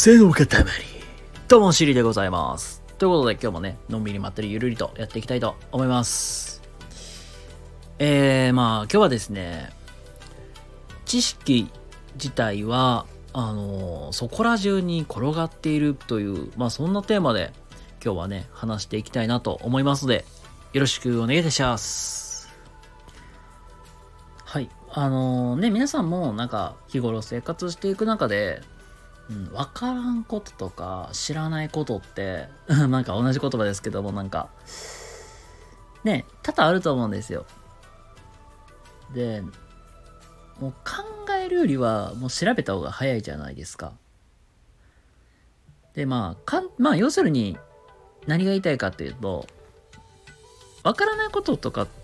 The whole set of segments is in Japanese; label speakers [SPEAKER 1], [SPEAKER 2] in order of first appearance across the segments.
[SPEAKER 1] 背の塊。どうもシリでございます。ということで今日もね、のんびりまったりゆるりとやっていきたいと思います。今日はですね、知識自体はそこら中に転がっているという、そんなテーマで今日はね、話していきたいなと思いますので、よろしくお願いいたします。はい。皆さんも日頃生活していく中で、わからんこととか知らないことって同じ言葉ですけども多々あると思うんですよ。で、もう考えるよりはもう調べた方が早いじゃないですか。で要するに何が言いたいかっていうと、わからないこととかって、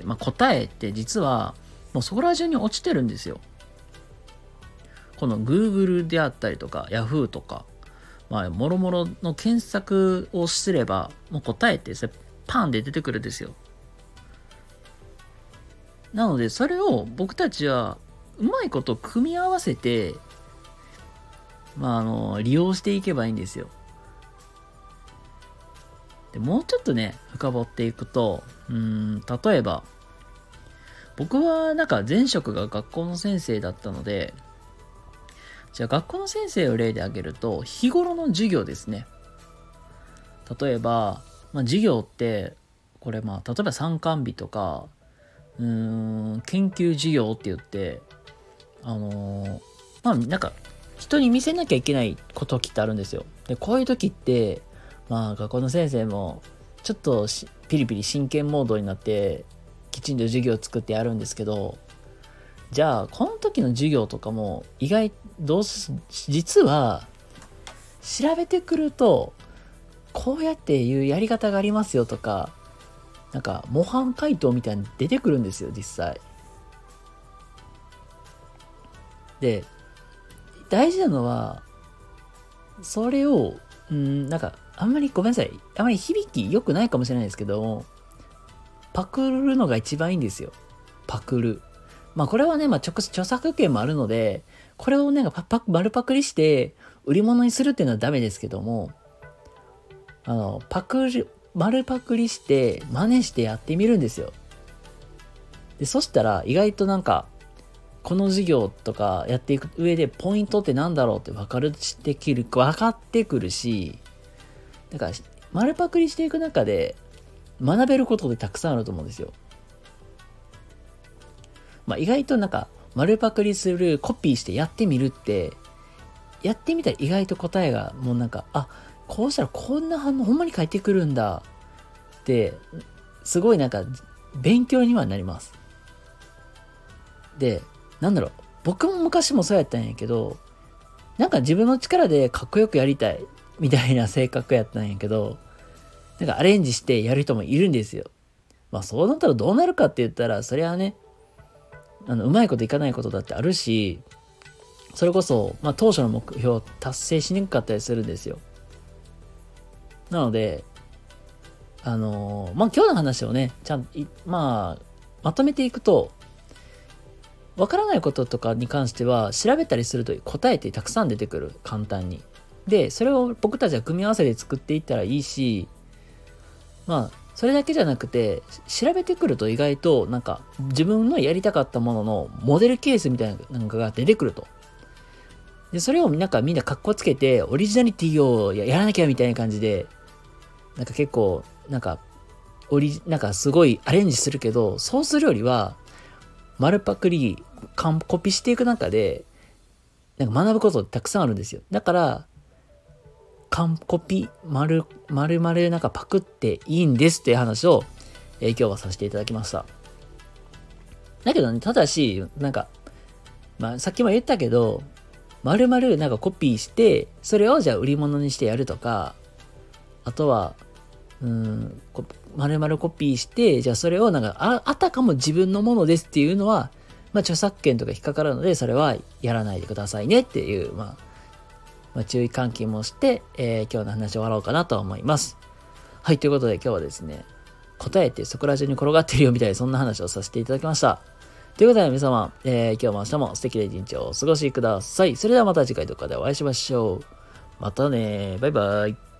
[SPEAKER 1] 答えって実はもうそこら中に落ちてるんですよ。この Google であったりとか Yahoo とかもろもろの検索をすればもう答えってパンで出てくるんですよ。なのでそれを僕たちはうまいこと組み合わせて利用していけばいいんですよ。でもうちょっとね深掘っていくと例えば僕は前職が学校の先生だったので、じゃあ学校の先生を例で挙げると日頃の授業ですね。例えば、授業ってこれ例えば参観日とか研究授業って言って人に見せなきゃいけないことってあるんですよ。でこういう時って学校の先生もちょっとピリピリ真剣モードになってきちんと授業を作ってやるんですけど、じゃあこの時の授業とかも実は調べてくるとこうやっていうやり方がありますよとか模範解答みたいに出てくるんですよ実際。で大事なのはそれをあんまりごめんなさい、あんまり響き良くないかもしれないですけど、パクるのが一番いいんですよ。パクる。これはね、著作権もあるので、これを丸パクリして売り物にするっていうのはダメですけども、丸パクリして真似してやってみるんですよ。で、そしたら意外とこの授業とかやっていく上でポイントってなんだろうって分かってくるし、丸パクリしていく中で学べることってたくさんあると思うんですよ。意外と丸パクリするコピーしてやってみるってやってみたら意外と答えがもうこうしたらこんな反応ほんまに返ってくるんだってすごい勉強にはなります。で僕も昔もそうやったんやけど自分の力でかっこよくやりたいみたいな性格やったんやけどアレンジしてやる人もいるんですよ。そうなったらどうなるかって言ったらそれはねうまいこといかないことだってあるし、それこそ当初の目標を達成しにくかったりするんですよ。なので今日の話をねちゃんとまとめていくと、わからないこととかに関しては調べたりすると答えってたくさん出てくる、簡単に。でそれを僕たちは組み合わせて作っていったらいいし、それだけじゃなくて調べてくると意外と自分のやりたかったもののモデルケースみたいなのが出てくると。でそれをみんなカッコつけてオリジナリティをやらなきゃみたいな感じで結構すごいアレンジするけど、そうするよりは丸パクリコピしていく中で学ぶことってたくさんあるんですよ。だからコピ丸々パクっていいんですっていう話を、今日はさせていただきました。だけどね、ただしさっきも言ったけど丸々コピーしてそれをじゃあ売り物にしてやるとか、あとは丸々コピーしてじゃあそれをあたかも自分のものですっていうのは著作権とか引っかかるのでそれはやらないでくださいねっていう注意喚起もして、今日の話終わろうかなと思います。はい、ということで今日はですね、答えってそこら中に転がってるよみたいなそんな話をさせていただきました。 ということで皆様、今日も明日も素敵な一日をお過ごしください。それではまた次回とかでお会いしましょう。またね。バイバイ。